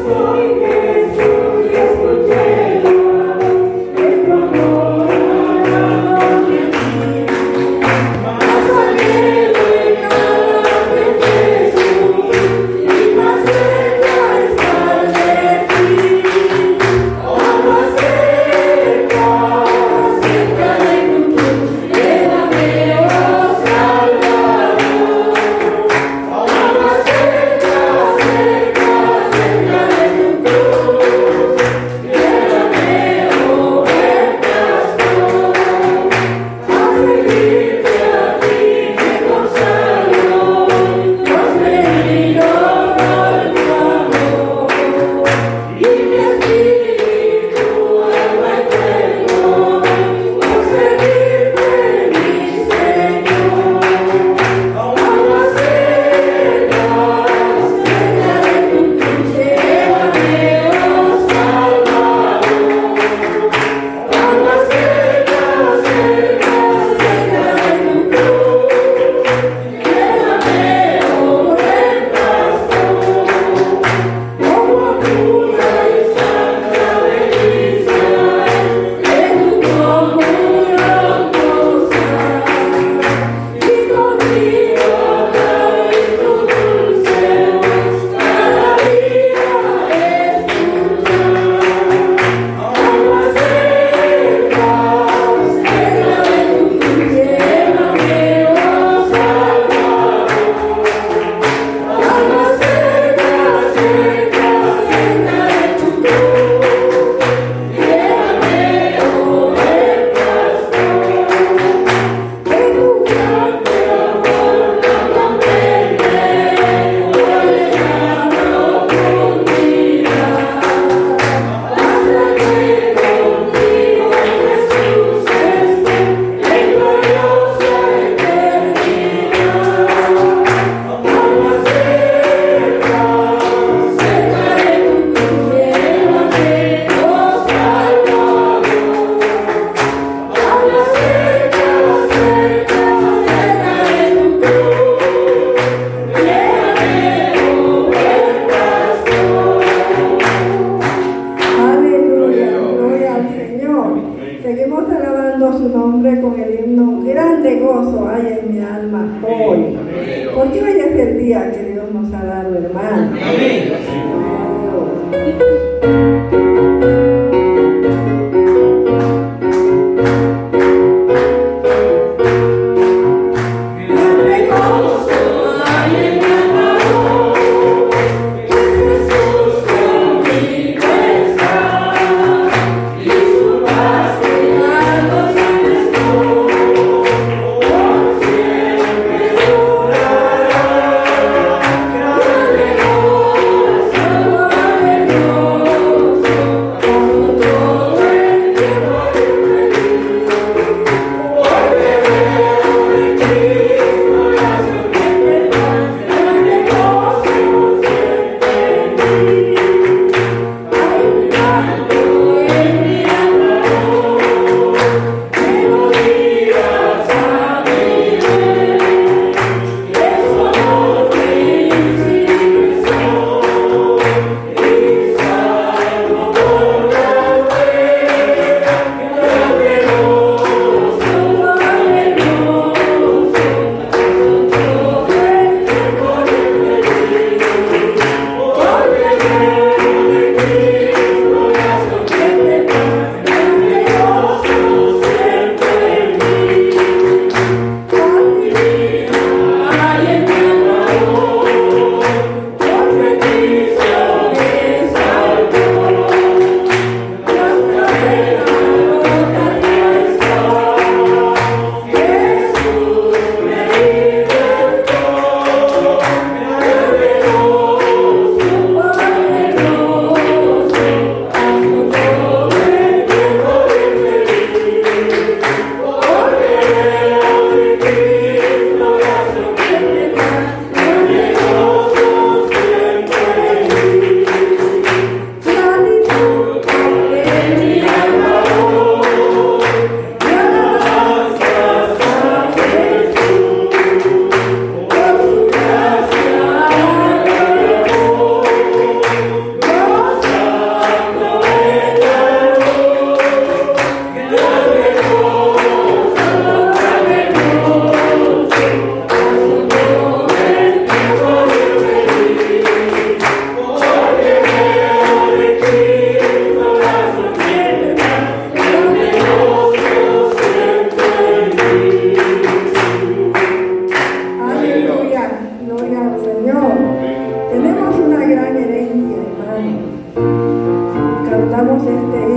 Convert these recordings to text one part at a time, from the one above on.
Porque hoy es el día que Dios nos ha dado, hermano. Amén.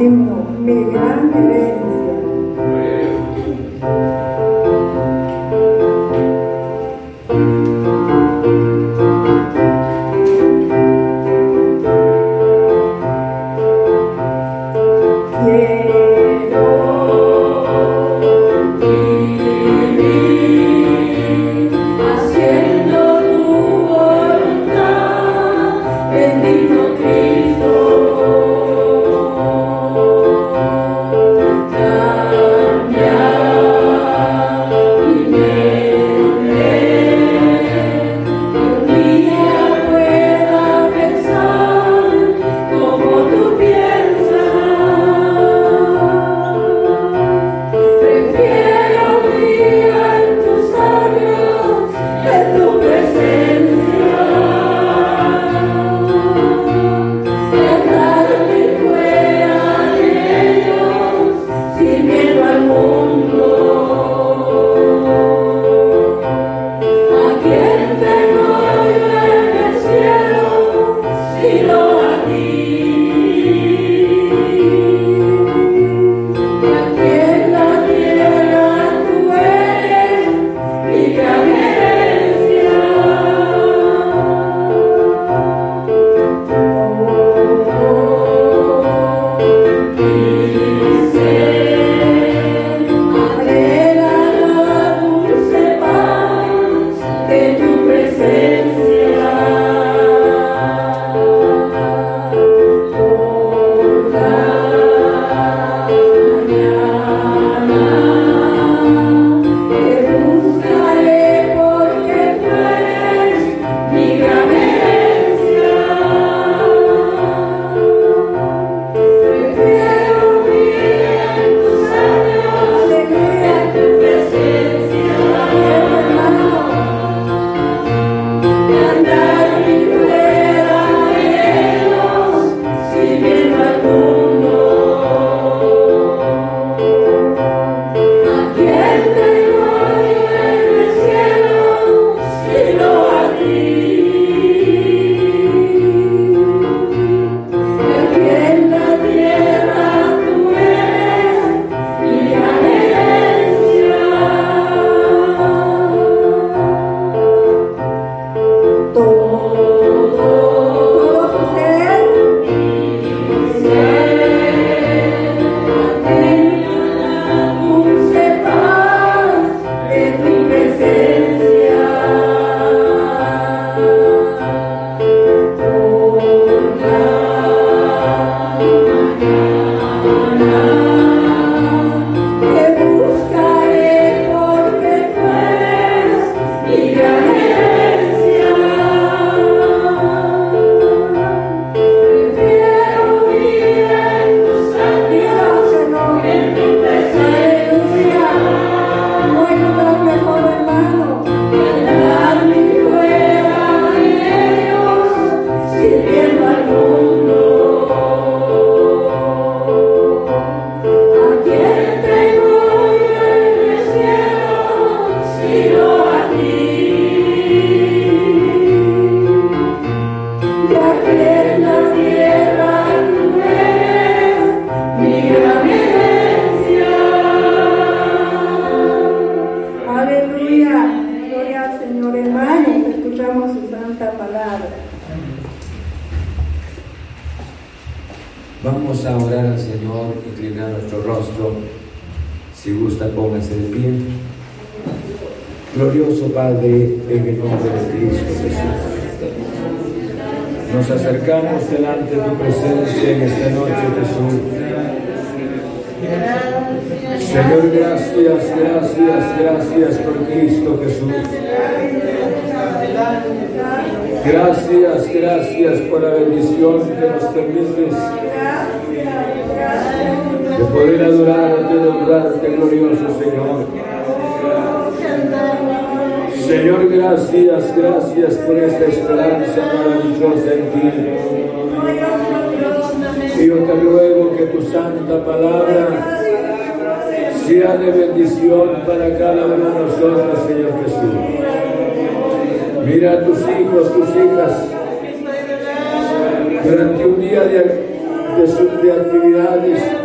himno, mi gran herencia. Vamos a orar al Señor, inclinar nuestro rostro. Si gusta, póngase de pie. Glorioso Padre, en el nombre de Cristo Jesús, nos acercamos delante de tu presencia en esta noche, Jesús. Señor, gracias, gracias, gracias por Cristo Jesús. Gracias, gracias por la bendición que nos permites de poder adorarte, de honrarte, glorioso Señor. Señor, gracias, gracias por esta esperanza maravillosa en ti. Y yo te ruego que tu santa palabra sea de bendición para cada uno de nosotros, Señor Jesús. Mira a tus hijos, tus hijas, durante un día de actividades,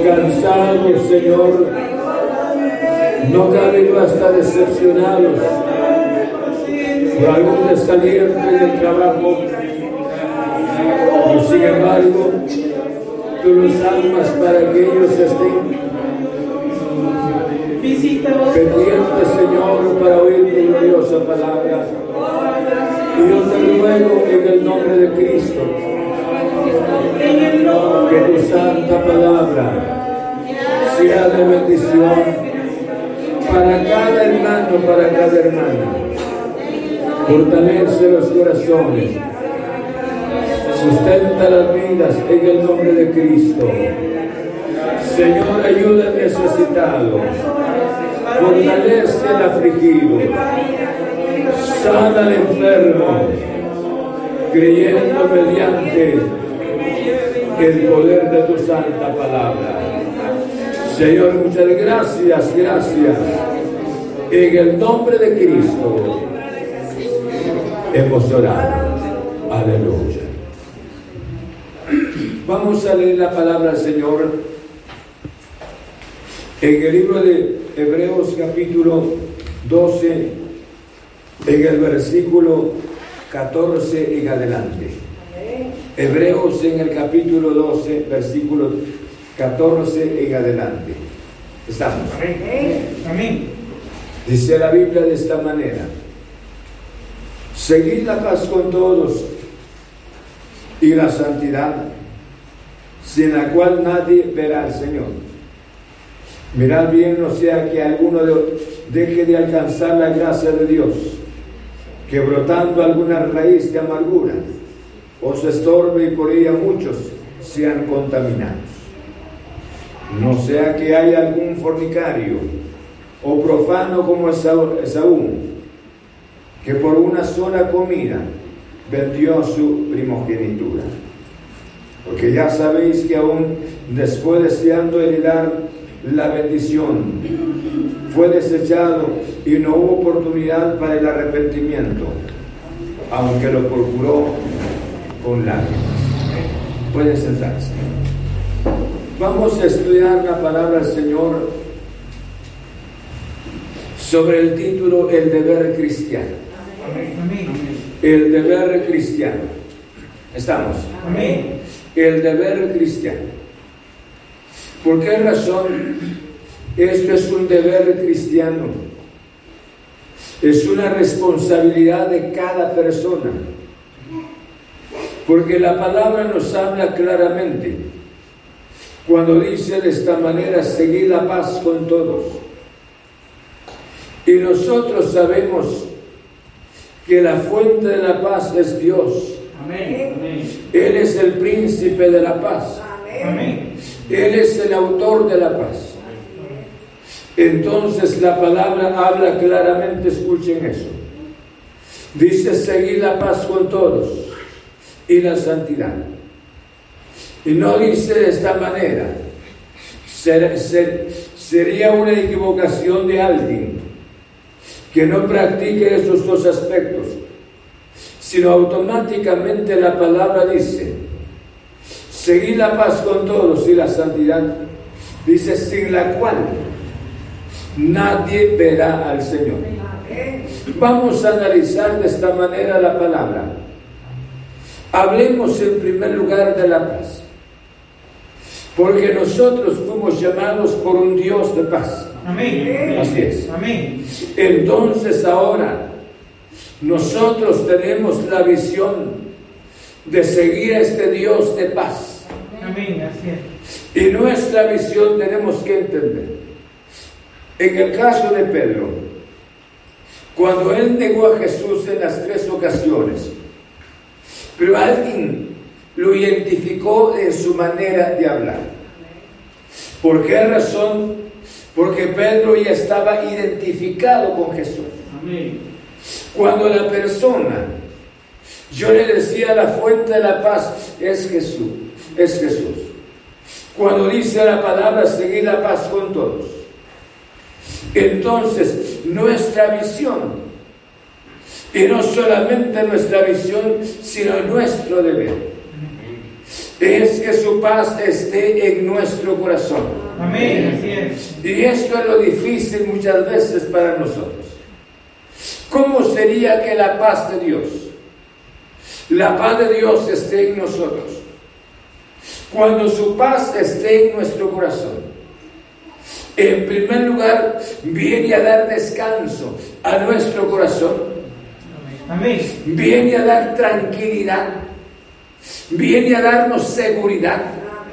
cansados, Señor, no cabe duda, hasta decepcionados por algún desaliento del trabajo, y sin embargo, tú los amas para que ellos estén pendientes, Señor, para oír tu gloriosa palabra. Y yo te ruego en el nombre de Cristo que tu santa palabra sea de bendición para cada hermano, para cada hermana. Fortalece los corazones, sustenta las vidas en el nombre de Cristo. Señor, ayuda al necesitado, fortalece al afligido, sana al enfermo, creyendo mediante el poder de tu santa palabra. Señor, muchas gracias, gracias. En el nombre de Cristo hemos orado. Aleluya. Vamos a leer la palabra del Señor en el libro de Hebreos capítulo 12, en el versículo 14 en adelante. Hebreos en el capítulo 12, versículo 14 en adelante. ¿Estamos? Amén. Dice la Biblia de esta manera: seguid la paz con todos y la santidad, sin la cual nadie verá al Señor. Mirad bien, no sea que alguno deje de alcanzar la gracia de Dios, que brotando alguna raíz de amargura os estorbe y por ella muchos sean contaminados. No sea que haya algún fornicario o profano como Esaú, que por una sola comida vendió su primogenitura. Porque ya sabéis que aún después deseando heredar la bendición, fue desechado y no hubo oportunidad para el arrepentimiento, aunque lo procuró con lágrimas. Pueden sentarse. Vamos a estudiar la palabra del Señor sobre el título El deber cristiano. El deber cristiano. ¿Estamos? Amén. El deber cristiano. ¿Por qué razón esto es un deber cristiano? Es una responsabilidad de cada persona. Porque la palabra nos habla claramente cuando dice de esta manera: seguid la paz con todos. Y nosotros sabemos que la fuente de la paz es Dios. Amén. Él es el príncipe de la paz. Amén. Él es el autor de la paz. Entonces la palabra habla claramente, escuchen eso. Dice: seguid la paz con todos y la santidad. Y no dice de esta manera. Sería una equivocación de alguien que no practique esos dos aspectos, sino automáticamente la palabra dice: seguid la paz con todos y la santidad. Dice: sin la cual nadie verá al Señor. Vamos a analizar de esta manera la palabra. Hablemos en primer lugar de la paz, porque nosotros fuimos llamados por un Dios de paz. Amén. Así es. Amén. Entonces ahora nosotros tenemos la visión de seguir a este Dios de paz. Amén. Así es. Y nuestra visión tenemos que entender. En el caso de Pedro, cuando él negó a Jesús en las 3 ocasiones, pero alguien lo identificó en su manera de hablar. ¿Por qué razón? Porque Pedro ya estaba identificado con Jesús. Amén. Cuando la persona, yo le decía, la fuente de la paz es Jesús, es Jesús. Cuando dice la palabra: seguid la paz con todos. Entonces, nuestra visión, y no solamente nuestra visión, sino nuestro deber, es que su paz esté en nuestro corazón. Amén. Así es. Y esto es lo difícil muchas veces para nosotros. ¿Cómo sería que la paz de Dios, la paz de Dios esté en nosotros? Cuando su paz esté en nuestro corazón, en primer lugar, viene a dar descanso a nuestro corazón. Amén. Viene a dar tranquilidad. Viene a darnos seguridad.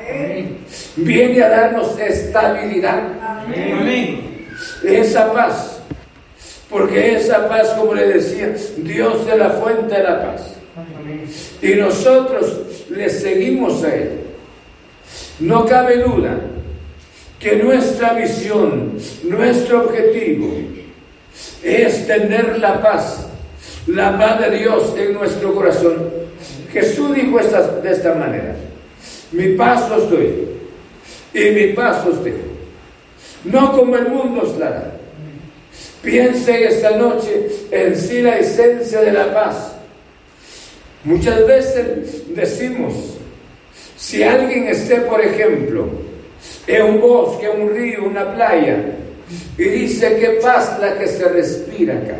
Viene a darnos estabilidad. Amén. Esa paz. Porque esa paz, como le decía, Dios es la fuente de la paz. Y nosotros le seguimos a Él. No cabe duda que nuestra visión, nuestro objetivo es tener la paz de Dios en nuestro corazón. Jesús dijo de esta manera: mi paz os doy y mi paz os dejo, no como el mundo os la da. Piense esta noche en sí la esencia de la paz. Muchas veces decimos, si alguien esté, por ejemplo, en un bosque, un río, una playa, y dice qué paz la que se respira acá.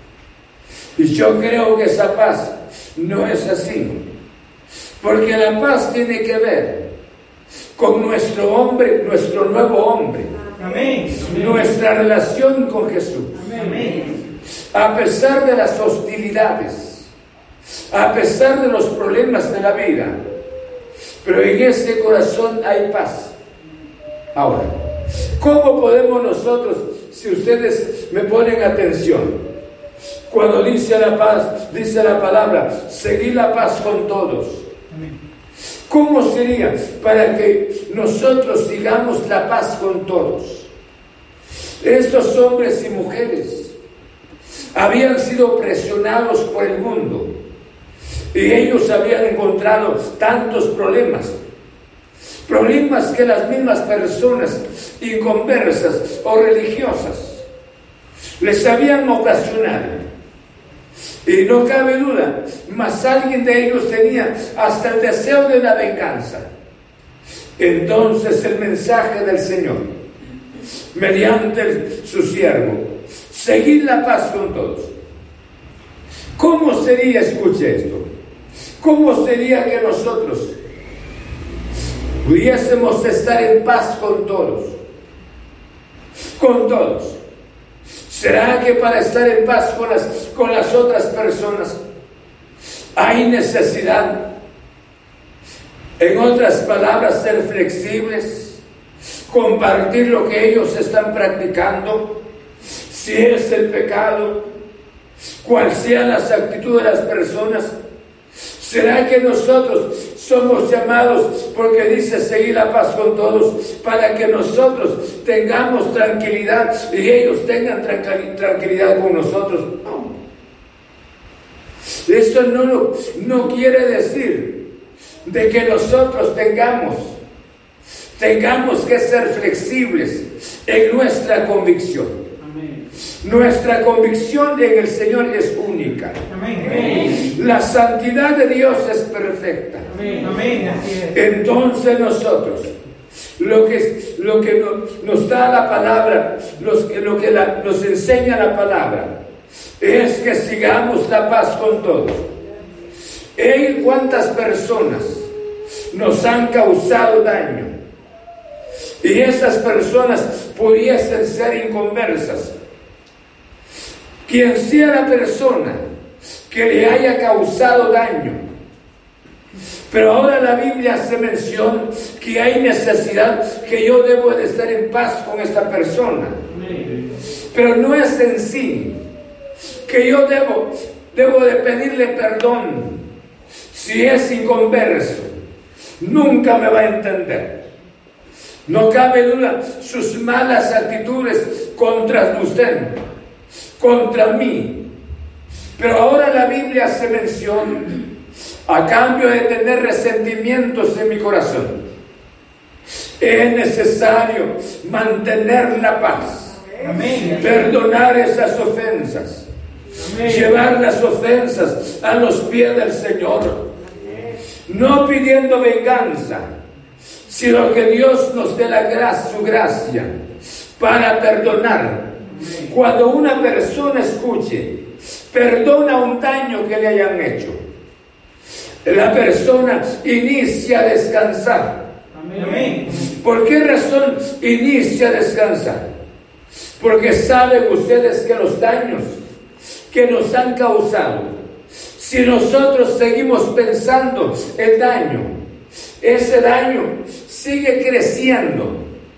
Y yo creo que esa paz no es así, porque la paz tiene que ver con nuestro hombre, nuestro nuevo hombre. Amén. Nuestra relación con Jesús. Amén. A pesar de las hostilidades, a pesar de los problemas de la vida, pero en ese corazón hay paz. Ahora, ¿cómo podemos nosotros, si ustedes me ponen atención, cuando dice la paz, dice la palabra, seguir la paz con todos? ¿Cómo sería para que nosotros sigamos la paz con todos? Estos hombres y mujeres habían sido presionados por el mundo y ellos habían encontrado tantos problemas que las mismas personas inconversas o religiosas les habían ocasionado. Y no cabe duda, mas alguien de ellos tenía hasta el deseo de la venganza. Entonces el mensaje del Señor, mediante su siervo, seguid la paz con todos. ¿Cómo sería, escuche esto, cómo sería que nosotros pudiésemos estar en paz con todos? Con todos. ¿Será que para estar en paz con las otras personas hay necesidad? En otras palabras, ser flexibles, compartir lo que ellos están practicando, si es el pecado, cuál sean las actitudes de las personas. ¿Será que nosotros somos llamados, porque dice seguir la paz con todos, para que nosotros tengamos tranquilidad y ellos tengan tranquilidad con nosotros? No. Esto no quiere decir de que nosotros tengamos que ser flexibles en nuestra convicción. Nuestra convicción en el Señor es única. Amén. La santidad de Dios es perfecta. Amén. Entonces nosotros, lo que nos da la palabra, lo que nos enseña la palabra, es que sigamos la paz con todos. ¿Cuántas personas nos han causado daño? Y esas personas pudiesen ser inconversas. Quien sea la persona que le haya causado daño. Pero ahora la Biblia hace mención que hay necesidad, que yo debo de estar en paz con esta persona. Pero no es en sí que yo debo de pedirle perdón. Si es inconverso, nunca me va a entender. No cabe duda, sus malas actitudes contra usted, contra mí. Pero ahora la Biblia hace mención, a cambio de tener resentimientos en mi corazón, es necesario mantener la paz. Amén. Perdonar esas ofensas. Amén. Llevar las ofensas a los pies del Señor. no pidiendo venganza, sino que Dios nos dé su gracia para perdonar. Cuando una persona escuche, perdona un daño que le hayan hecho, la persona inicia a descansar. Amén. ¿Por qué razón inicia a descansar? Porque saben ustedes que los daños que nos han causado, si nosotros seguimos pensando el daño, ese daño sigue creciendo,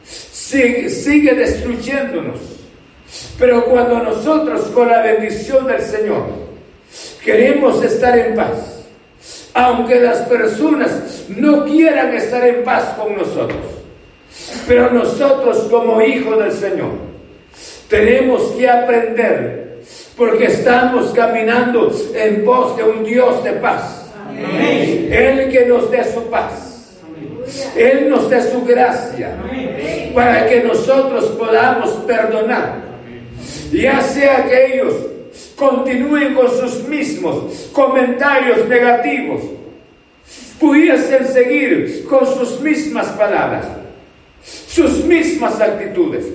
sigue destruyéndonos. Pero cuando nosotros, con la bendición del Señor, queremos estar en paz, aunque las personas no quieran estar en paz con nosotros, pero nosotros, como hijos del Señor, tenemos que aprender, porque estamos caminando en pos de un Dios de paz. Amén. Él que nos dé su paz, Él nos dé su gracia, para que nosotros podamos perdonar. Ya sea que ellos continúen con sus mismos comentarios negativos, pudiesen seguir con sus mismas palabras, sus mismas actitudes,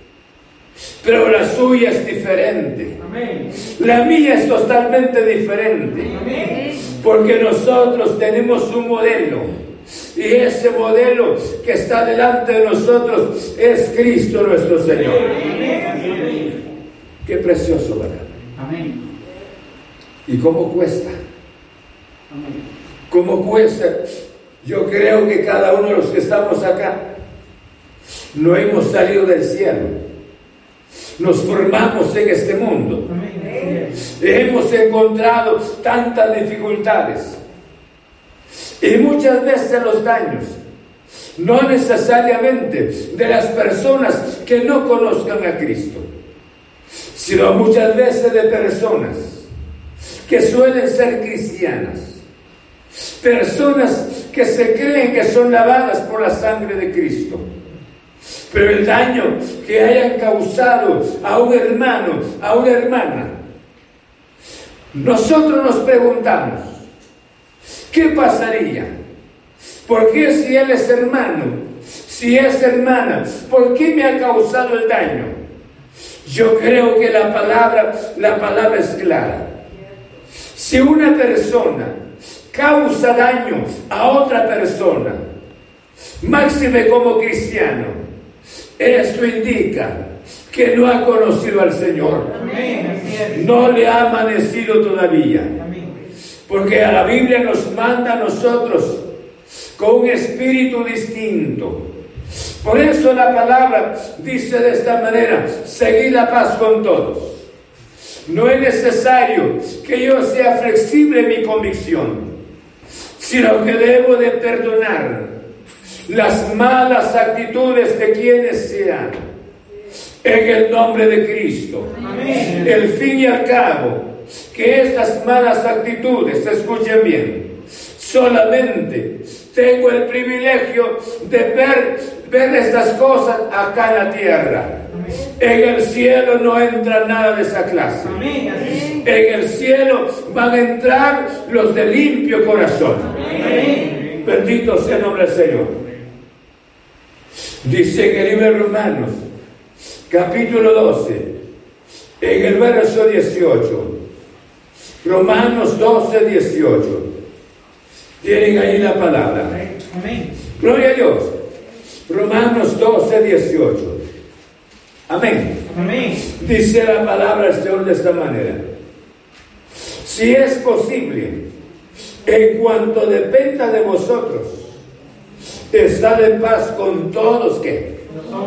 pero la suya es diferente. Amén. La mía es totalmente diferente. Amén. Porque nosotros tenemos un modelo, y ese modelo que está delante de nosotros es Cristo nuestro Señor. Amén. Qué precioso, ¿verdad? Amén. ¿Y cómo cuesta? Amén. ¿Cómo cuesta? Yo creo que cada uno de los que estamos acá no hemos salido del cielo. Nos formamos en este mundo. Amén. Hemos encontrado tantas dificultades y muchas veces los daños, no necesariamente de las personas que no conozcan a Cristo, sino muchas veces de personas que suelen ser cristianas, personas que se creen que son lavadas por la sangre de Cristo, pero el daño que hayan causado a un hermano, a una hermana, nosotros nos preguntamos, ¿qué pasaría? ¿Por qué si él es hermano, si es hermana, por qué me ha causado el daño? Yo creo que la palabra es clara. Si una persona causa daño a otra persona, máxime como cristiano, esto indica que no ha conocido al Señor. Amén. No le ha amanecido todavía. Amén. Porque a la Biblia nos manda a nosotros con un espíritu distinto. Por eso la palabra dice de esta manera: seguid la paz con todos. No es necesario que yo sea flexible en mi convicción, sino que debo de perdonar las malas actitudes de quienes sean, en el nombre de Cristo. Amén. El fin y al cabo, que estas malas actitudes, escuchen bien, solamente tengo el privilegio de ver estas cosas acá en la tierra. En el cielo no entra nada de esa clase. Amén. En el cielo van a entrar los de limpio corazón. Amén. Bendito sea el nombre del Señor. Dice en el libro de Romanos, capítulo 12, en el verso 18. Romanos 12, 18. Tienen ahí la palabra. Amén. Gloria a Dios. Romanos 12, 18. Amén. Amén. Dice la palabra del Señor de esta manera: si es posible, en cuanto dependa de vosotros, estad en paz con todos que.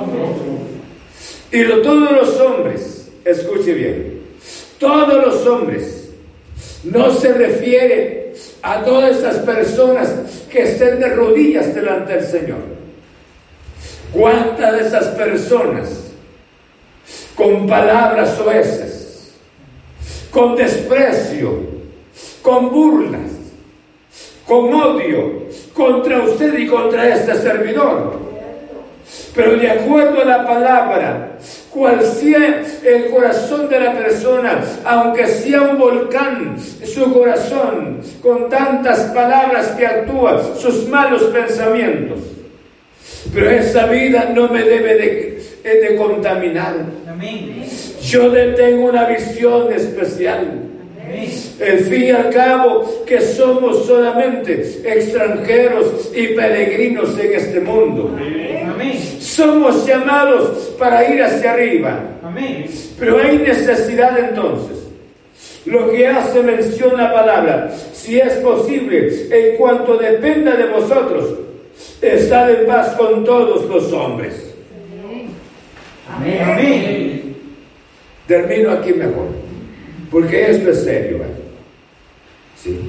Y todos los hombres, escuche bien, todos los hombres, no se refiere a todas estas personas que estén de rodillas delante del Señor. ¿Cuántas de esas personas con palabras soeces, con desprecio, con burlas, con odio contra usted y contra este servidor? Pero de acuerdo a la palabra cual sea el corazón de la persona, aunque sea un volcán, su corazón, con tantas palabras que actúa, sus malos pensamientos. Pero esa vida no me debe de contaminar. Amén. Yo tengo una visión especial. El fin y al cabo que somos solamente extranjeros y peregrinos en este mundo. Amén. Somos llamados para ir hacia arriba. Amén. Pero hay necesidad entonces. Lo que hace mención la palabra, si es posible, en cuanto dependa de vosotros, estad en paz con todos los hombres. Amén. Amén. Termino aquí mejor, porque esto es serio, ¿vale? Sí.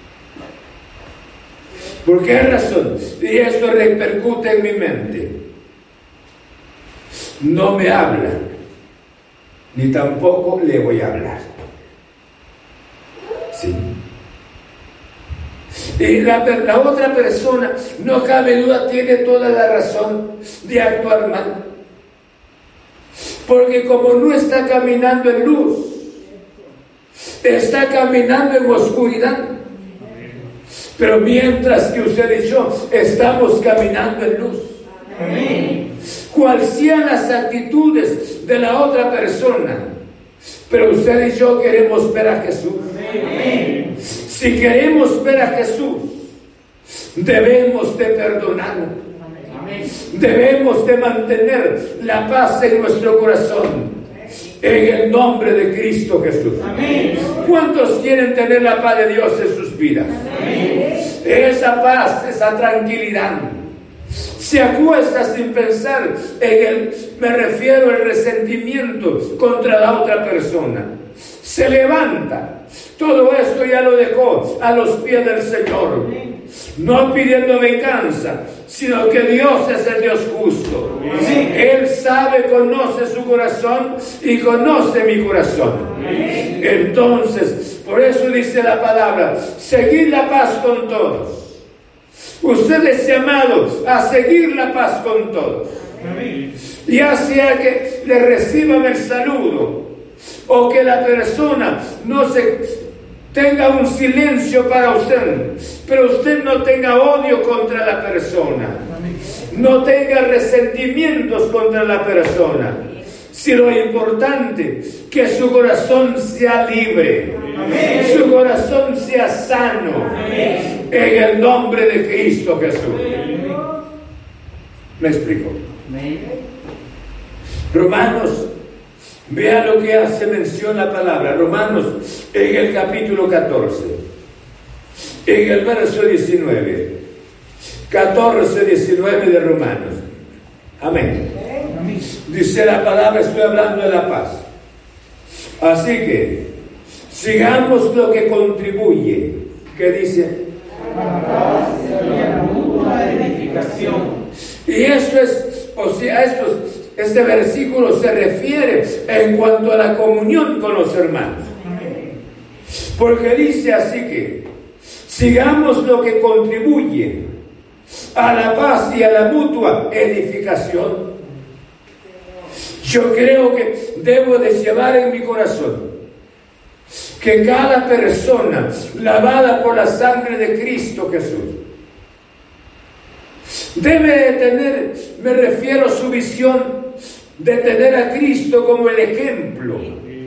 ¿Por qué razón? Y esto repercute en mi mente. No me habla, ni tampoco le voy a hablar. Sí. Y la otra persona, no cabe duda, tiene toda la razón de actuar mal. Porque como no está caminando en luz, está caminando en oscuridad. Pero mientras que usted y yo estamos caminando en luz, cual sean las actitudes de la otra persona, pero usted y yo queremos ver a Jesús. Si queremos ver a Jesús, debemos de perdonar. Debemos de mantener la paz en nuestro corazón, en el nombre de Cristo Jesús. ¿Cuántos quieren tener la paz de Dios en sus vidas? Esa paz, esa tranquilidad. Se acuesta sin pensar me refiero al resentimiento contra la otra persona. Se levanta. Todo esto ya lo dejó a los pies del Señor. No pidiendo venganza, sino que Dios es el Dios justo. Él sabe, conoce su corazón y conoce mi corazón. Entonces, por eso dice la palabra, seguid la paz con todos. Usted es llamado a seguir la paz con todos. Ya sea que le reciban el saludo o que la persona no se tenga un silencio para usted, pero usted no tenga odio contra la persona, no tenga resentimientos contra la persona, sino lo importante que su corazón sea libre, su corazón sea sano, en el nombre de Cristo Jesús. ¿Me explico? Romanos, vea lo que hace mención la palabra. Romanos, en el capítulo 14, en el verso 19, 14, 19 de Romanos. Amén. Dice la palabra, estoy hablando de la paz. Así que sigamos lo que contribuye. ¿Qué dice? Y esto es, o sea, este versículo se refiere en cuanto a la comunión con los hermanos. Porque dice así que sigamos lo que contribuye a la paz y a la mutua edificación. Yo creo que debo de llevar en mi corazón que cada persona lavada por la sangre de Cristo Jesús debe de tener, me refiero a su visión, de tener a Cristo como el ejemplo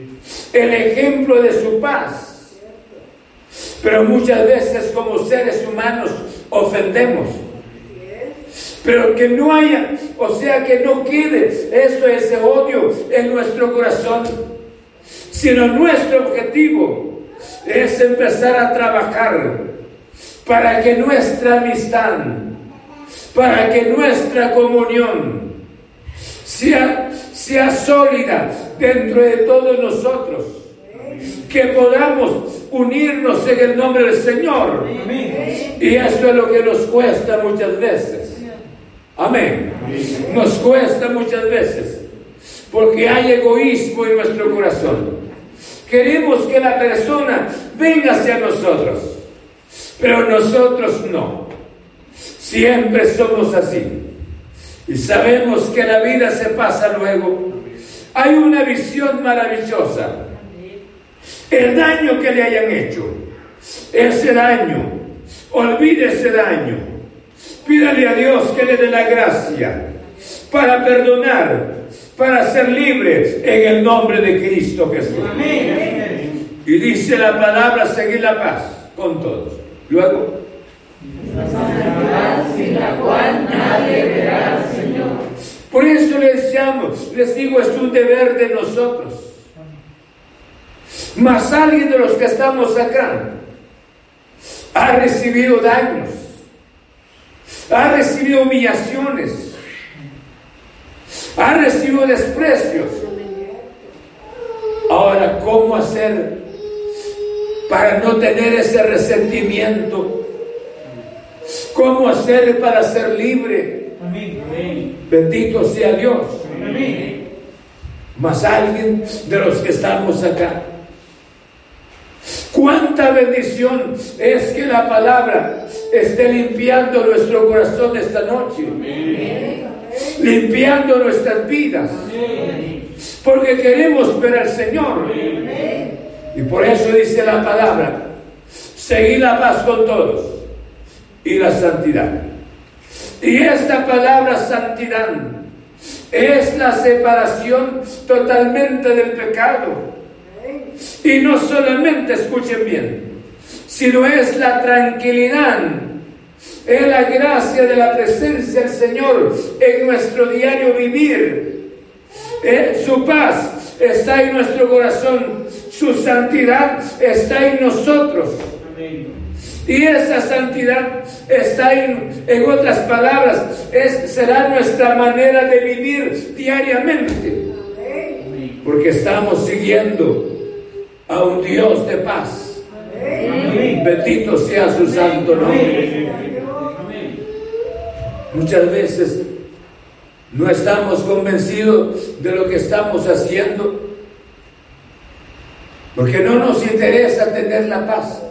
de su paz. Pero muchas veces como seres humanos ofendemos. Pero que no haya, o sea, que no quede ese odio en nuestro corazón, sino nuestro objetivo es empezar a trabajar para que nuestra amistad, para que nuestra comunión sea sólida dentro de todos nosotros, que podamos unirnos en el nombre del Señor. Y eso es lo que nos cuesta muchas veces. Amén. Nos cuesta muchas veces porque hay egoísmo en nuestro corazón. Queremos que la persona venga hacia nosotros, pero nosotros no. Siempre somos así. Y sabemos que la vida se pasa luego. hay una visión maravillosa. El daño que le hayan hecho, ese daño, olvide ese daño. Pídale a Dios que le dé la gracia para perdonar, para ser libre en el nombre de Cristo Jesús. Y dice la palabra, seguir la paz con todos. Luego, la santidad sin la cual nadie verá al Señor. Por eso les digo, es un deber de nosotros. Mas alguien de los que estamos acá ha recibido daños, ha recibido humillaciones, ha recibido desprecios. Ahora, ¿cómo hacer para no tener ese resentimiento? ¿Cómo hacer para ser libre? Amén. Bendito sea Dios. Amén. Mas alguien de los que estamos acá, cuánta bendición es que la palabra esté limpiando nuestro corazón esta noche. Amén. Limpiando nuestras vidas. Amén. Porque queremos ver al Señor. Amén. Y por eso dice la palabra, seguid la paz con todos y la santidad. Y esta palabra santidad es la separación totalmente del pecado. Y no solamente, escuchen bien, sino es la tranquilidad, es la gracia de la presencia del Señor en nuestro diario vivir. Su paz está en nuestro corazón, su santidad está en nosotros. Amén. Y esa santidad está en otras palabras, será nuestra manera de vivir diariamente. Porque estamos siguiendo a un Dios de paz. Amén. Bendito sea su santo nombre. Amén. Muchas veces no estamos convencidos de lo que estamos haciendo, porque no nos interesa tener la paz.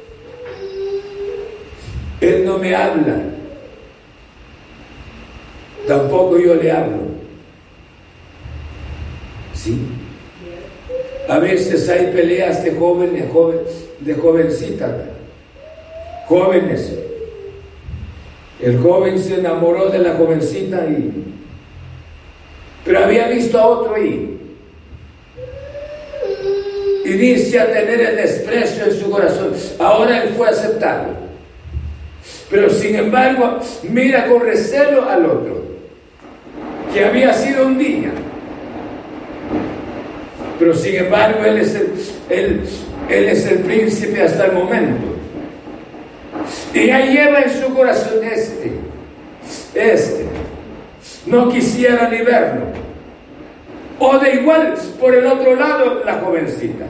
Él no me habla, tampoco yo le hablo. ¿Sí? A veces hay peleas de jóvenes, de jovencitas, jóvenes. El joven se enamoró de la jovencita, pero había visto a otro ahí. Inicia a tener el desprecio en su corazón. Ahora él fue aceptado. Pero sin embargo, mira con recelo al otro, que había sido un día. Pero sin embargo, él es el príncipe hasta el momento. Y ahí lleva en su corazón no quisiera ni verlo. O de igual, por el otro lado, la jovencita.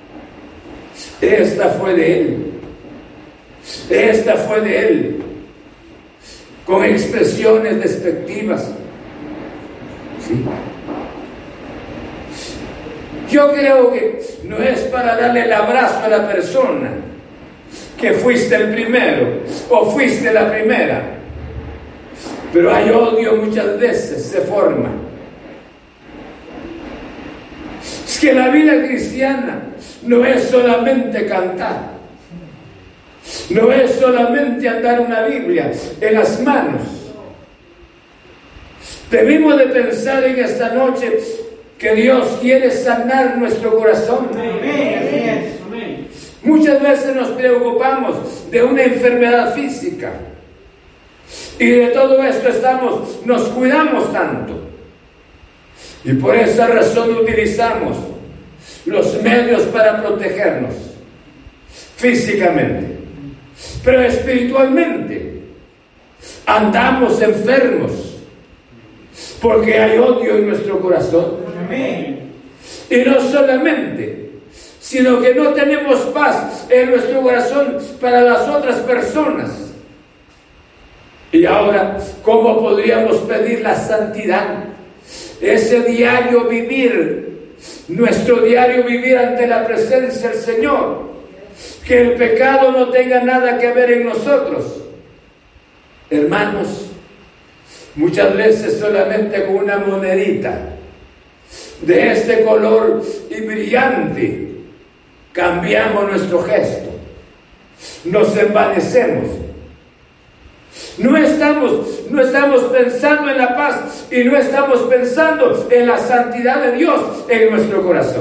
Esta fue de él, con expresiones despectivas. ¿Sí? Yo creo que no es para darle el abrazo a la persona que fuiste el primero o fuiste la primera, pero hay odio muchas veces, se forma. Es que la vida cristiana no es solamente cantar, no es solamente andar una Biblia en las manos. Debemos de pensar en esta noche que Dios quiere sanar nuestro corazón. Amén. Muchas veces nos preocupamos de una enfermedad física y de todo esto nos cuidamos tanto, y por esa razón utilizamos los medios para protegernos físicamente, pero espiritualmente andamos enfermos porque hay odio en nuestro corazón. Amén. Y no solamente, sino que no tenemos paz en nuestro corazón para las otras personas. Y ahora, ¿cómo podríamos pedir la santidad? Ese diario vivir, nuestro diario vivir ante la presencia del Señor. Que el pecado no tenga nada que ver en nosotros. Hermanos, muchas veces solamente con una monedita de este color y brillante, cambiamos nuestro gesto, nos envanecemos. No estamos pensando en la paz y no estamos pensando en la santidad de Dios en nuestro corazón.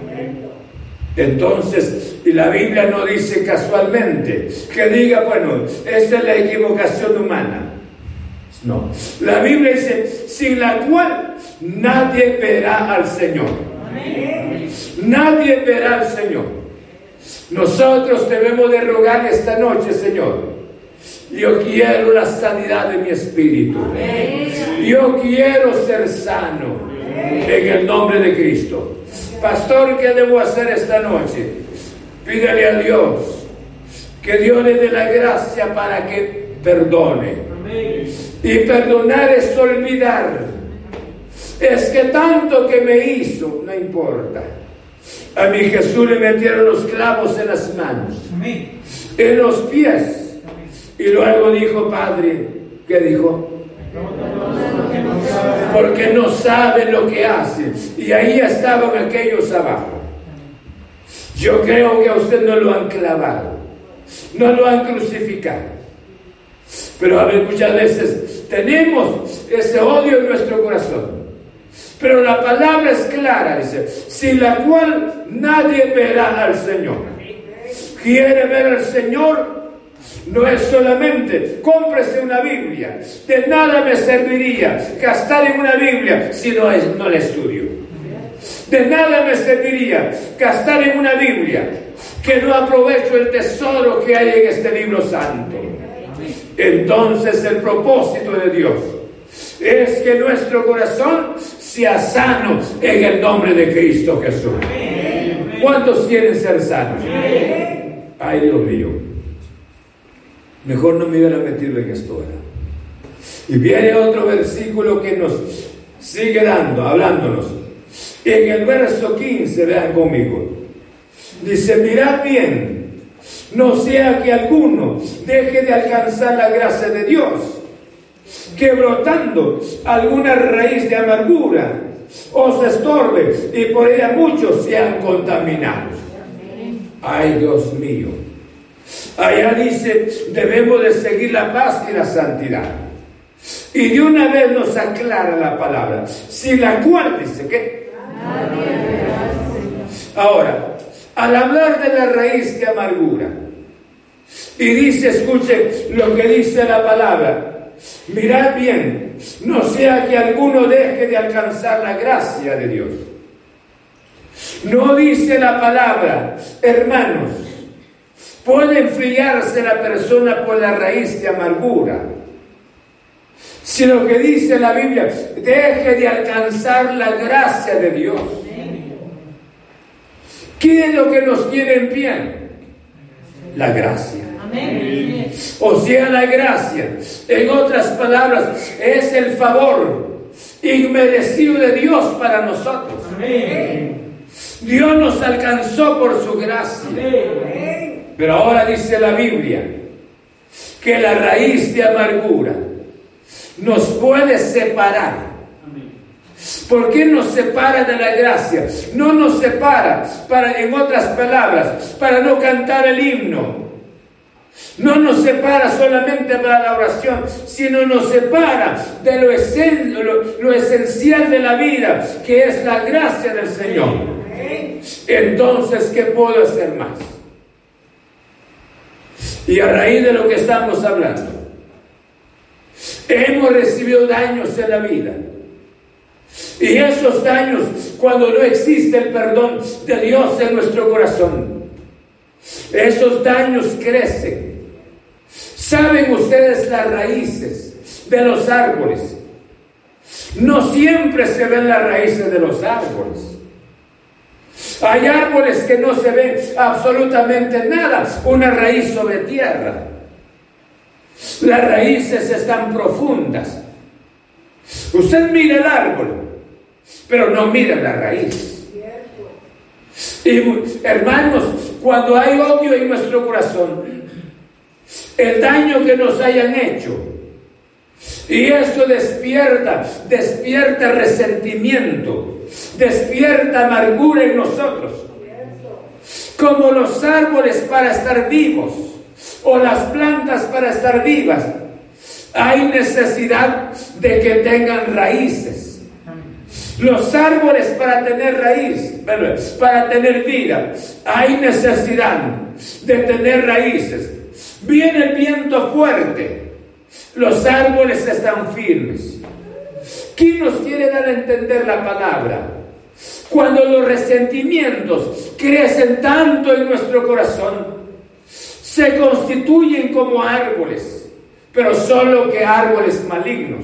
Entonces, y la Biblia no dice casualmente que diga, bueno, esta es la equivocación humana. No, la Biblia dice, sin la cual nadie verá al Señor. Nadie verá al Señor. Nosotros debemos de rogar esta noche, Señor, yo quiero la sanidad de mi espíritu. Yo quiero ser sano en el nombre de Cristo. Pastor, ¿qué debo hacer esta noche? Pídele a Dios que Dios le dé la gracia para que perdone. Y perdonar es olvidar. Es que tanto que me hizo, no importa. A mi Jesús le metieron los clavos en las manos, en los pies. Y luego dijo, Padre, ¿qué dijo? Porque no saben lo que hacen. Y ahí estaban aquellos abajo. Yo creo que a usted no lo han clavado, no lo han crucificado. Pero a ver, muchas veces tenemos ese odio en nuestro corazón. Pero la palabra es clara, dice, sin la cual nadie verá al Señor. ¿Quiere ver al Señor? No es solamente, cómprese una Biblia. De nada me serviría gastar en una Biblia si no la estudio. De nada me serviría gastar en una Biblia que no aprovecho el tesoro que hay en este libro santo. Entonces el propósito de Dios es que nuestro corazón sea sano en el nombre de Cristo Jesús. ¿Cuántos quieren ser sanos? Ay, Dios mío. Mejor no me hubiera metido en esto ahora. Y viene otro versículo que nos sigue hablándonos. En el verso 15, vean conmigo. Dice, mirad bien, no sea que alguno deje de alcanzar la gracia de Dios, que brotando alguna raíz de amargura os estorbe y por ella muchos sean contaminados. Ay, Dios mío. Allá dice, debemos de seguir la paz y la santidad. Y de una vez nos aclara la palabra, sin la cual dice que ahora, al hablar de la raíz de amargura, y dice, escuche lo que dice la palabra, mirad bien, no sea que alguno deje de alcanzar la gracia de Dios. No dice la palabra, hermanos, puede enfriarse la persona por la raíz de amargura. Si lo que dice la Biblia, deje de alcanzar la gracia de Dios. ¿Qué es lo que nos tiene en pie? La gracia. Amén. O sea, la gracia, en otras palabras, es el favor inmerecido de Dios para nosotros. Amén. Dios nos alcanzó por su gracia. Pero ahora dice la Biblia que la raíz de amargura nos puede separar. ¿Por qué nos separa de la gracia? No nos separa, en otras palabras, para no cantar el himno. No nos separa solamente para la oración, sino nos separa de lo esencial de la vida, que es la gracia del Señor. Entonces, ¿qué puedo hacer más? Y a raíz de lo que estamos hablando, hemos recibido daños en la vida. Y esos daños, cuando no existe el perdón de Dios en nuestro corazón, esos daños crecen. ¿Saben ustedes las raíces de los árboles? No siempre se ven las raíces de los árboles. Hay árboles que no se ven absolutamente nada, una raíz sobre tierra. Las raíces están profundas. Usted mira el árbol, pero no mira la raíz. Y hermanos, cuando hay odio en nuestro corazón, el daño que nos hayan hecho, y esto despierta resentimiento, despierta amargura en nosotros. Como los árboles para estar vivos o las plantas para estar vivas, hay necesidad de que tengan raíces. Los árboles para tener raíz, para tener vida, hay necesidad de tener raíces. Viene el viento fuerte, los árboles están firmes. ¿Quién nos quiere dar a entender la palabra? Cuando los resentimientos crecen tanto en nuestro corazón, se constituyen como árboles, pero solo que árboles malignos.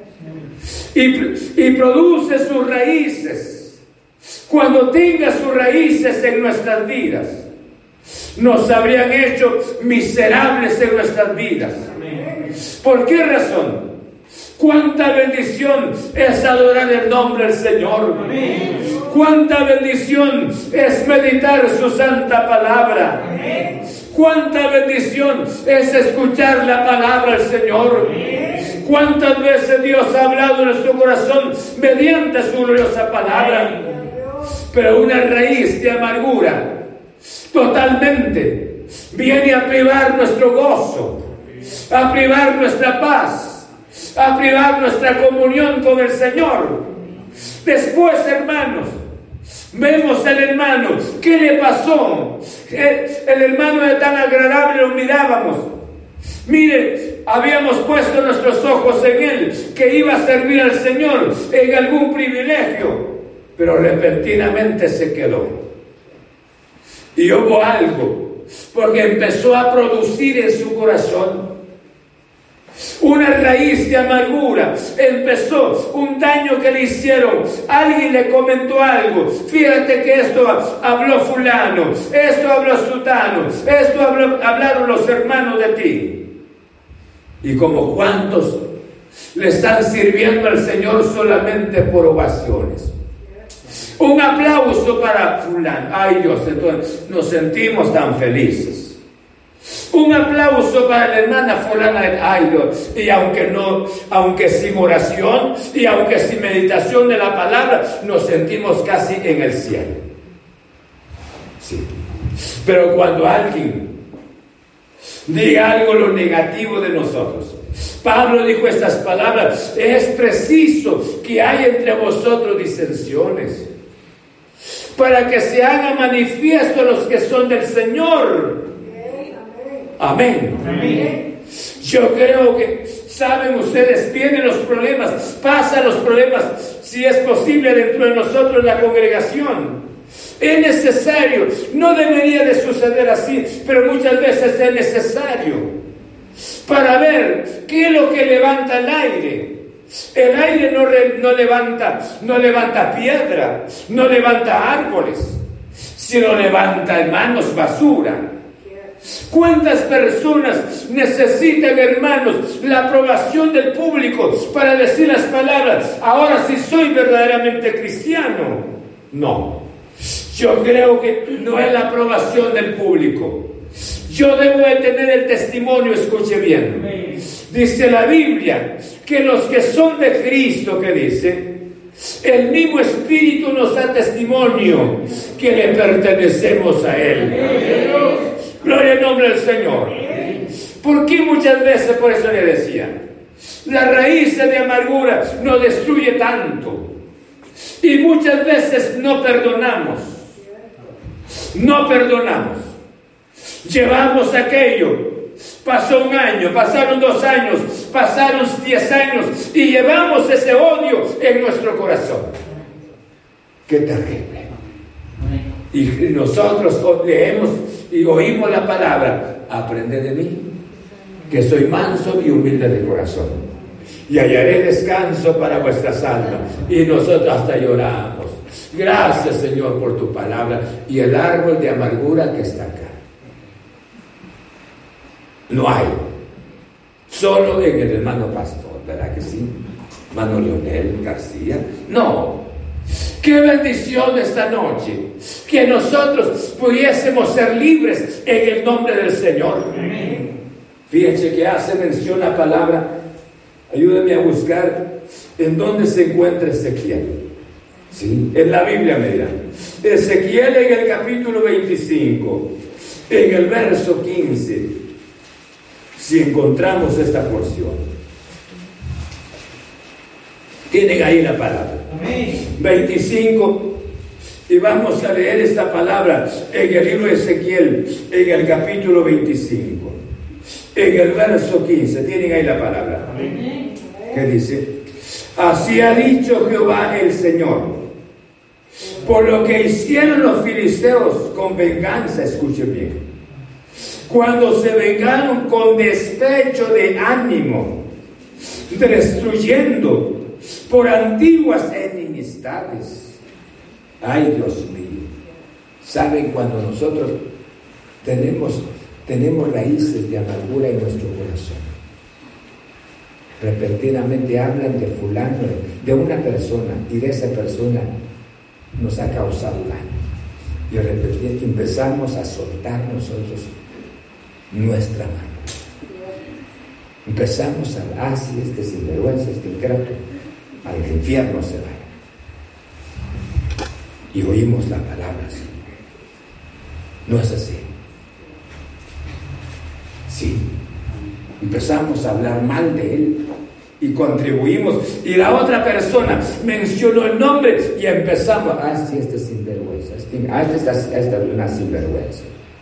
Y produce sus raíces. Cuando tenga sus raíces en nuestras vidas, nos habrían hecho miserables en nuestras vidas. ¿Por qué razón? Cuánta bendición es adorar el nombre del Señor. Cuánta bendición es meditar su santa palabra. Cuánta bendición es escuchar la palabra del Señor. Cuántas veces Dios ha hablado en nuestro corazón mediante su gloriosa palabra. Pero una raíz de amargura totalmente viene a privar nuestro gozo, a privar nuestra paz, a privar nuestra comunión con el Señor. Después, hermanos, vemos al hermano. ¿Qué le pasó? El hermano era tan agradable, lo mirábamos. Mire, habíamos puesto nuestros ojos en él, que iba a servir al Señor en algún privilegio, pero repentinamente se quedó. Y hubo algo, porque empezó a producir en su corazón una raíz de amargura. Empezó un daño que le hicieron. Alguien le comentó algo. Fíjate que esto habló fulano, esto habló sutano, esto hablaron los hermanos de ti. Y como cuántos le están sirviendo al Señor solamente por ovaciones. Un aplauso para fulano. Ay Dios, entonces nos sentimos tan felices. Un aplauso para la hermana fulana. Ay Dios. Y aunque sin oración y aunque sin meditación de la palabra, nos sentimos casi en el cielo. Sí. Pero cuando alguien diga algo lo negativo de nosotros, Pablo dijo estas palabras: es preciso que haya entre vosotros disensiones, para que se hagan manifiestos los que son del Señor. Amén. Amén. Yo creo que, saben ustedes, vienen los problemas, pasan los problemas, si es posible, dentro de nosotros, la congregación. Es necesario, no debería de suceder así, pero muchas veces es necesario para ver qué es lo que levanta el aire. El aire no levanta piedra, no levanta árboles, sino levanta, hermanos, basura. ¿Cuántas personas necesitan, hermanos, la aprobación del público para decir las palabras: ahora sí soy verdaderamente cristiano? No. Yo creo que no es la aprobación del público. Yo debo de tener el testimonio, escuche bien. Dice la Biblia que los que son de Cristo, ¿qué dice? El mismo Espíritu nos da testimonio que le pertenecemos a Él. Gloria al nombre del Señor. ¿Por qué muchas veces? Por eso le decía, la raíz de amargura nos destruye tanto. Y muchas veces no perdonamos. No perdonamos. Llevamos aquello. Pasó un año, pasaron 2 años, pasaron 10 años y llevamos ese odio en nuestro corazón. ¡Qué terrible! Y nosotros leemos y oímos la palabra: aprende de mí, que soy manso y humilde de corazón, y hallaré descanso para vuestras almas. Y nosotros hasta lloramos. Gracias, Señor, por tu palabra. Y el árbol de amargura que está acá, no hay. Solo en el hermano pastor, ¿verdad que sí? Hermano Leonel García. No. Qué bendición esta noche que nosotros pudiésemos ser libres en el nombre del Señor. Fíjense que hace mención la palabra. Ayúdenme a buscar en dónde se encuentra Ezequiel. Sí, en la Biblia, mira. Ezequiel en el capítulo 25, en el verso 15, si encontramos esta porción. Tienen ahí la palabra. 25. Y vamos a leer esta palabra en el libro de Ezequiel, en el capítulo 25, en el verso 15. Tienen ahí la palabra. ¿Qué dice? Así ha dicho Jehová el Señor: por lo que hicieron los filisteos con venganza, escuchen bien, cuando se vengaron con despecho de ánimo, destruyendo por antiguas enemistades. Ay, Dios mío, ¿saben cuando nosotros tenemos raíces de amargura en nuestro corazón? Repentinamente hablan de fulano, de una persona, y de esa persona nos ha causado daño. Y de repente empezamos a soltar nosotros nuestra mano. Empezamos a sí, este sinvergüenza, este ingrato, al infierno se va. Y oímos la palabra así. No es así. Sí. Empezamos a hablar mal de él y contribuimos. Y la otra persona mencionó el nombre y empezamos. Sí, este es sinvergüenza. Esta es una sinvergüenza.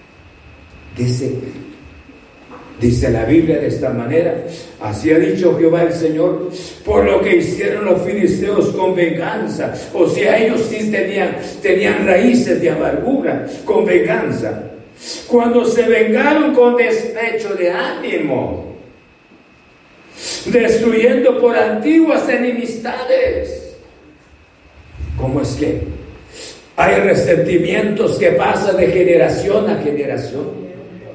Dice la Biblia de esta manera: así ha dicho Jehová el Señor, por lo que hicieron los filisteos con venganza. O sea, ellos sí tenían raíces de amargura, con venganza. Cuando se vengaron con despecho de ánimo, destruyendo por antiguas enemistades. ¿Cómo es que hay resentimientos que pasan de generación a generación?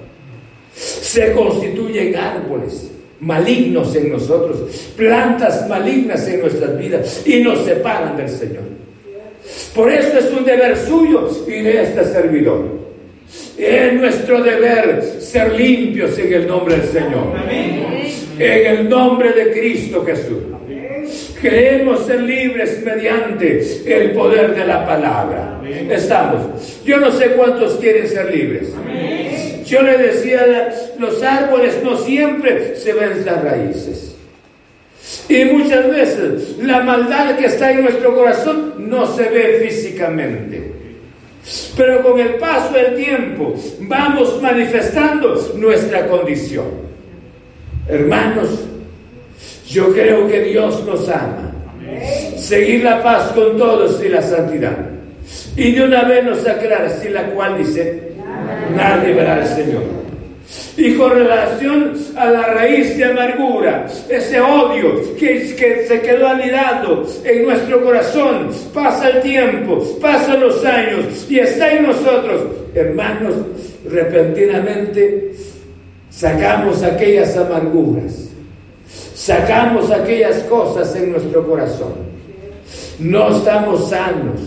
Se constituyen árboles malignos en nosotros, plantas malignas en nuestras vidas, y nos separan del Señor. Por eso es un deber suyo y de este servidor. Es nuestro deber ser limpios en el nombre del Señor. En el nombre de Cristo Jesús. Queremos ser libres mediante el poder de la palabra. Estamos. Yo no sé cuántos quieren ser libres. Yo le decía, los árboles no siempre se ven las raíces. Y muchas veces la maldad que está en nuestro corazón no se ve físicamente. Pero con el paso del tiempo vamos manifestando nuestra condición. Hermanos, yo creo que Dios nos ama. Seguir la paz con todos y la santidad. Y de una vez nos aclara, sin la cual dice: nadie verá al Señor. Y con relación a la raíz de amargura, ese odio que se quedó anidado en nuestro corazón, pasa el tiempo, pasan los años y está en nosotros, hermanos, repentinamente sacamos aquellas amarguras, sacamos aquellas cosas en nuestro corazón. No estamos sanos.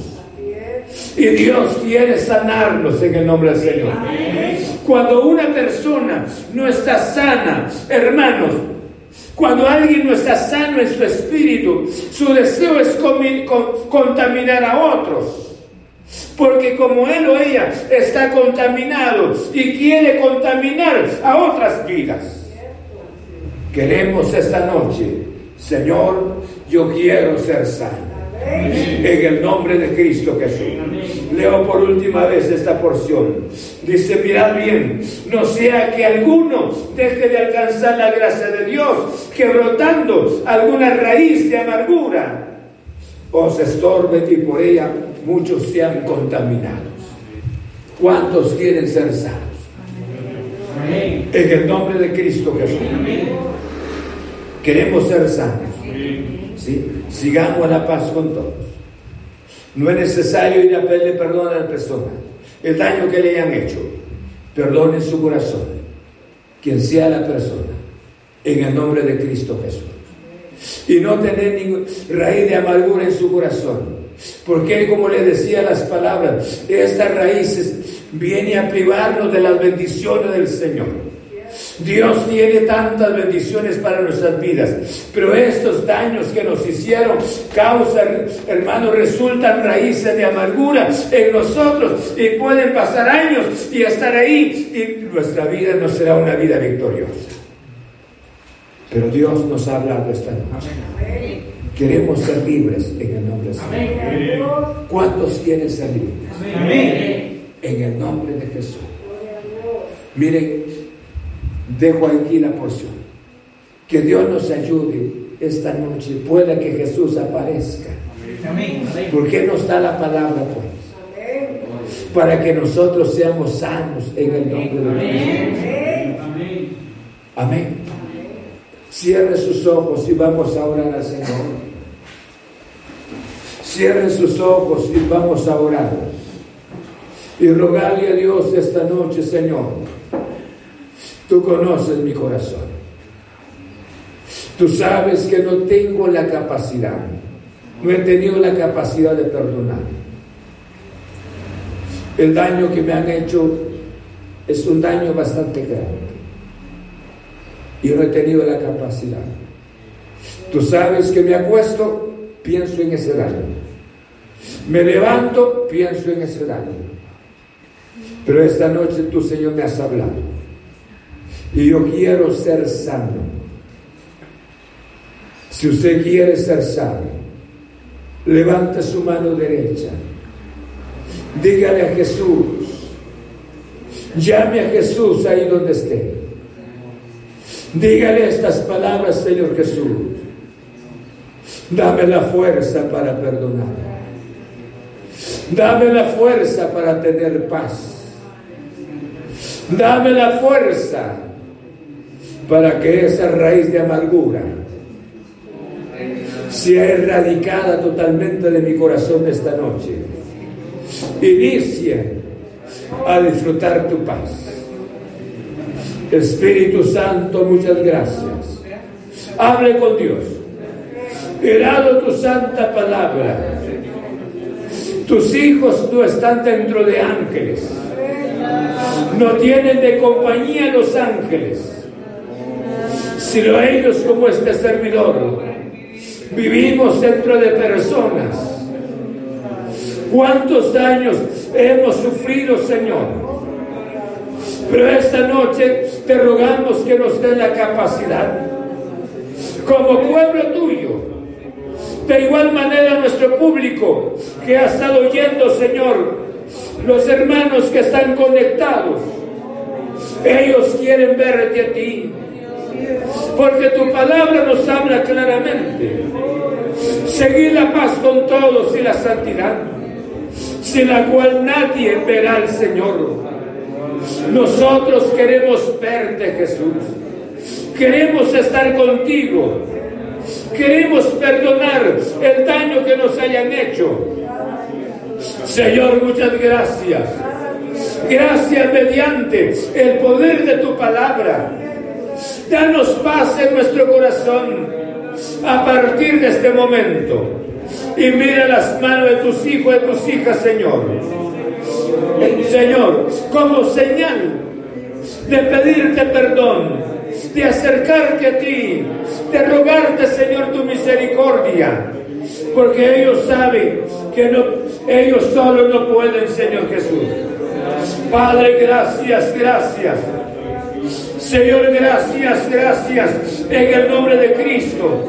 Y Dios quiere sanarnos en el nombre del Señor. Cuando una persona no está sana, hermanos, cuando alguien no está sano en su espíritu, su deseo es contaminar a otros. Porque como él o ella está contaminado y quiere contaminar a otras vidas. Queremos esta noche, Señor, yo quiero ser sano. En el nombre de Cristo Jesús. Leo por última vez esta porción. Dice: mirad bien, no sea que alguno deje de alcanzar la gracia de Dios, que brotando alguna raíz de amargura os estorbe y por ella muchos sean contaminados. ¿Cuántos quieren ser sanos? En el nombre de Cristo Jesús. Queremos ser sanos. ¿Sí? Sigamos la paz con todos. No es necesario ir a pedirle perdón a la persona. El daño que le hayan hecho, perdone su corazón, quien sea la persona, en el nombre de Cristo Jesús. Y no tener ninguna raíz de amargura en su corazón, porque como le decía las palabras, estas raíces vienen a privarnos de las bendiciones del Señor. Dios tiene tantas bendiciones para nuestras vidas, pero estos daños que nos hicieron causan, hermanos, resultan raíces de amargura en nosotros y pueden pasar años y estar ahí y nuestra vida no será una vida victoriosa. Pero Dios nos ha hablado esta noche. Queremos ser libres en el nombre de Jesús. ¿Cuántos quieren ser libres? Amén. En el nombre de Jesús. Miren, dejo aquí la porción. Que Dios nos ayude esta noche. Pueda que Jesús aparezca. Amén. ¿Por qué nos da la palabra, pues? Para que nosotros seamos sanos en el nombre de Jesús. Amén. Amén. Cierre sus ojos y vamos a orar al Señor. Cierre sus ojos y vamos a orar. Y rogarle a Dios esta noche, Señor. Tú conoces mi corazón. Tú sabes que no tengo la capacidad. No he tenido la capacidad de perdonar. El daño que me han hecho es un daño bastante grande. Y no he tenido la capacidad. Tú sabes que me acuesto, pienso en ese daño. Me levanto, pienso en ese daño. Pero esta noche tú, Señor, me has hablado. Y yo quiero ser sano. Si usted quiere ser sano, levante su mano derecha. Dígale a Jesús. Llame a Jesús ahí donde esté. Dígale estas palabras, Señor Jesús. Dame la fuerza para perdonar. Dame la fuerza para tener paz. Dame la fuerza para que esa raíz de amargura sea erradicada totalmente de mi corazón esta noche. Inicie a disfrutar tu paz. Espíritu Santo, muchas gracias. Hable con Dios. He dado tu santa palabra. Tus hijos no están dentro de ángeles. No tienen de compañía los ángeles, sino ellos como este servidor. Vivimos dentro de personas. ¿Cuántos daños hemos sufrido, Señor? Pero esta noche te rogamos que nos dé la capacidad, como pueblo tuyo. De igual manera nuestro público que ha estado oyendo, Señor, los hermanos que están conectados, ellos quieren verte a ti, porque tu palabra nos habla claramente. Seguir la paz con todos y la santidad, sin la cual nadie verá al Señor. Nosotros queremos verte, Jesús. Queremos estar contigo. Queremos perdonar el daño que nos hayan hecho. Señor, muchas gracias. Gracias mediante el poder de tu palabra. Danos paz en nuestro corazón a partir de este momento. Y mira las manos de tus hijos y de tus hijas, Señor. Señor, como señal de pedirte perdón, de acercarte a ti, de rogarte, Señor, tu misericordia, porque ellos saben que ellos solos no pueden, Señor Jesús. Padre, gracias, gracias. Señor, gracias, gracias, en el nombre de Cristo.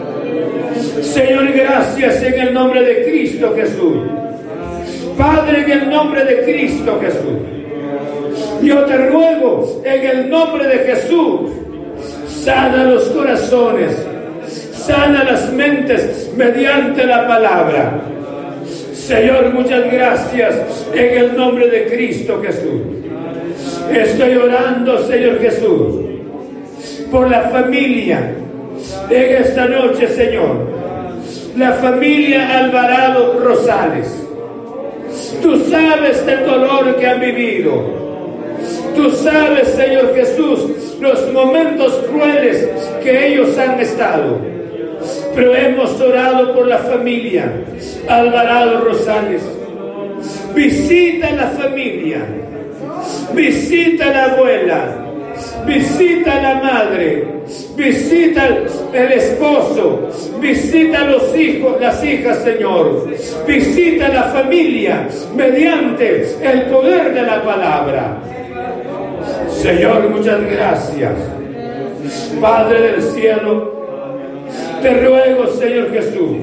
Señor, gracias en el nombre de Cristo Jesús. Padre, en el nombre de Cristo Jesús, yo te ruego en el nombre de Jesús, sana los corazones, sana las mentes mediante la palabra. Señor, muchas gracias en el nombre de Cristo Jesús. Estoy orando, Señor Jesús, por la familia en esta noche, Señor, la familia Alvarado Rosales. Tú sabes del dolor que han vivido. Tú sabes, Señor Jesús, los momentos crueles que ellos han estado. Pero hemos orado por la familia Alvarado Rosales. Visita a la familia. Visita a la abuela. Visita a la madre, visita el esposo, visita a los hijos, las hijas, Señor. Visita a la familia mediante el poder de la palabra. Señor, muchas gracias. Padre del cielo, te ruego, Señor Jesús,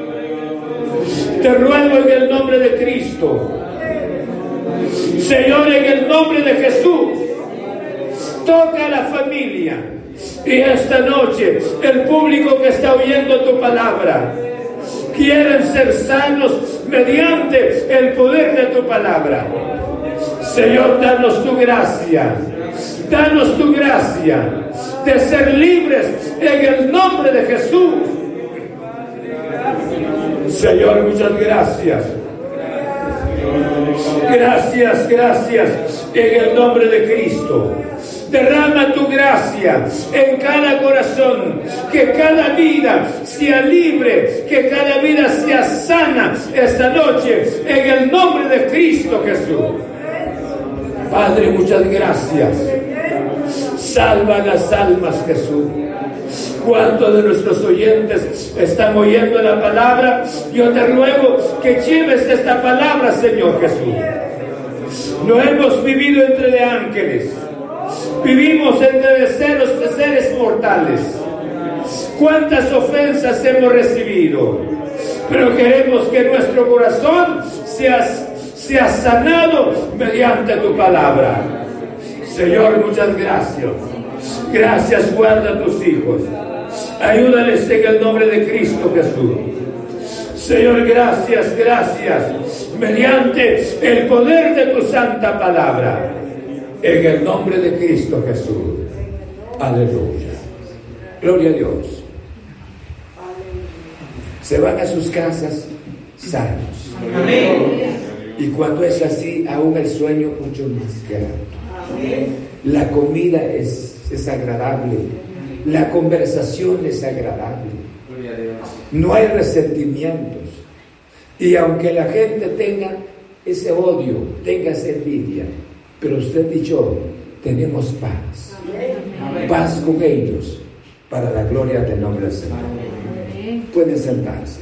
te ruego en el nombre de Cristo, Señor, en el nombre de Jesús, toca a la familia. Y esta noche, el público que está oyendo tu palabra, quieren ser sanos mediante el poder de tu palabra. Señor, danos tu gracia. Danos tu gracia de ser libres en el nombre de Jesús. Señor, muchas gracias. Gracias en el nombre de Cristo. Derrama tu gracia en cada corazón, que cada vida sea libre, que cada vida sea sana esta noche en el nombre de Cristo Jesús. Padre, muchas gracias. Salva las almas, Jesús. ¿Cuántos de nuestros oyentes están oyendo la palabra? Yo te ruego que lleves esta palabra, Señor Jesús. No hemos vivido entre de ángeles, vivimos entre seres mortales. ¿Cuántas ofensas hemos recibido? Pero queremos que nuestro corazón sea sanado mediante tu palabra. Señor, muchas gracias. Gracias, guarda a tus hijos. Ayúdales en el nombre de Cristo Jesús. Señor, gracias. Mediante el poder de tu santa palabra. En el nombre de Cristo Jesús. Aleluya. Gloria a Dios. Se van a sus casas sanos. Amén. Y cuando es así, aún el sueño mucho más grande. La comida es agradable. La conversación es agradable. No hay resentimientos. Y aunque la gente tenga ese odio, tenga esa envidia, pero usted y yo tenemos paz. Paz con ellos, para la gloria del nombre del Señor. Pueden sentarse.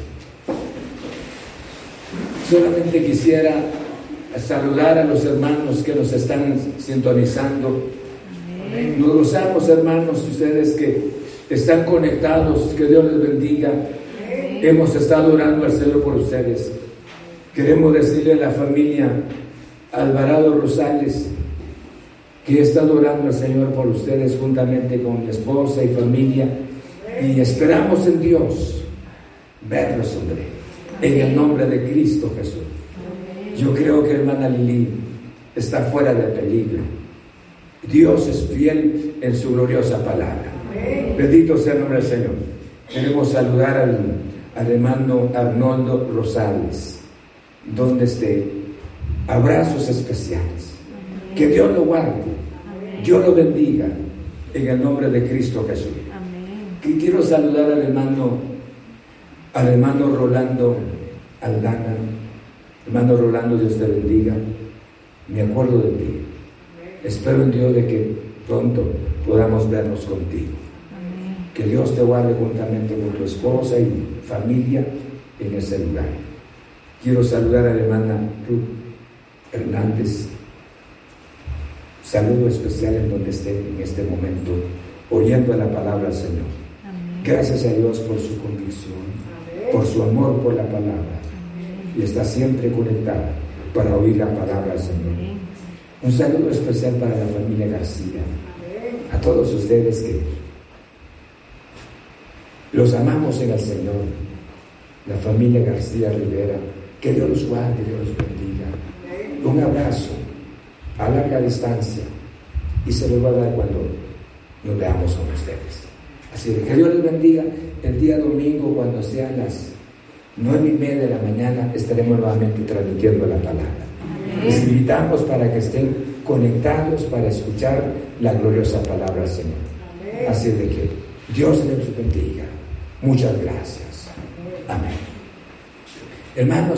Solamente quisiera saludar a los hermanos que nos están sintonizando. Nos gozamos, hermanos, ustedes que están conectados, que Dios les bendiga. Hemos estado orando al Señor por ustedes. Queremos decirle a la familia Alvarado Rosales que he estado orando al Señor por ustedes juntamente con mi esposa y familia, y esperamos en Dios verlos, hombre, en el nombre de Cristo Jesús. Yo creo que hermana Lili está fuera de peligro. Dios es fiel en su gloriosa palabra. Bendito sea el nombre del Señor. Queremos saludar al hermano Arnoldo Rosales, donde esté. Abrazos especiales. Que Dios lo guarde, Dios lo bendiga en el nombre de Cristo Jesús. Y quiero saludar al hermano Rolando Aldana. Hermano Rolando, Dios te bendiga. Me acuerdo de ti. Espero en Dios de que pronto podamos vernos contigo. Que Dios te guarde juntamente con tu esposa y familia en ese lugar. Quiero saludar a la hermana Ruth Hernández. Saludo especial en donde esté en este momento, oyendo la palabra del Señor. Gracias a Dios por su convicción, por su amor por la palabra. Y está siempre conectada para oír la palabra del Señor. Un saludo especial para la familia García. A todos ustedes que los amamos en el Señor. La familia García Rivera. Que Dios los guarde, Dios los bendiga. Un abrazo a larga distancia y se los va a dar cuando nos veamos con ustedes. Así que Dios les bendiga. El día domingo, cuando sean las 9:30 de la mañana, estaremos nuevamente transmitiendo la palabra. Les invitamos para que estén conectados para escuchar la gloriosa palabra del Señor. Así de que Dios les bendiga. Muchas gracias. Amén. Hermanos.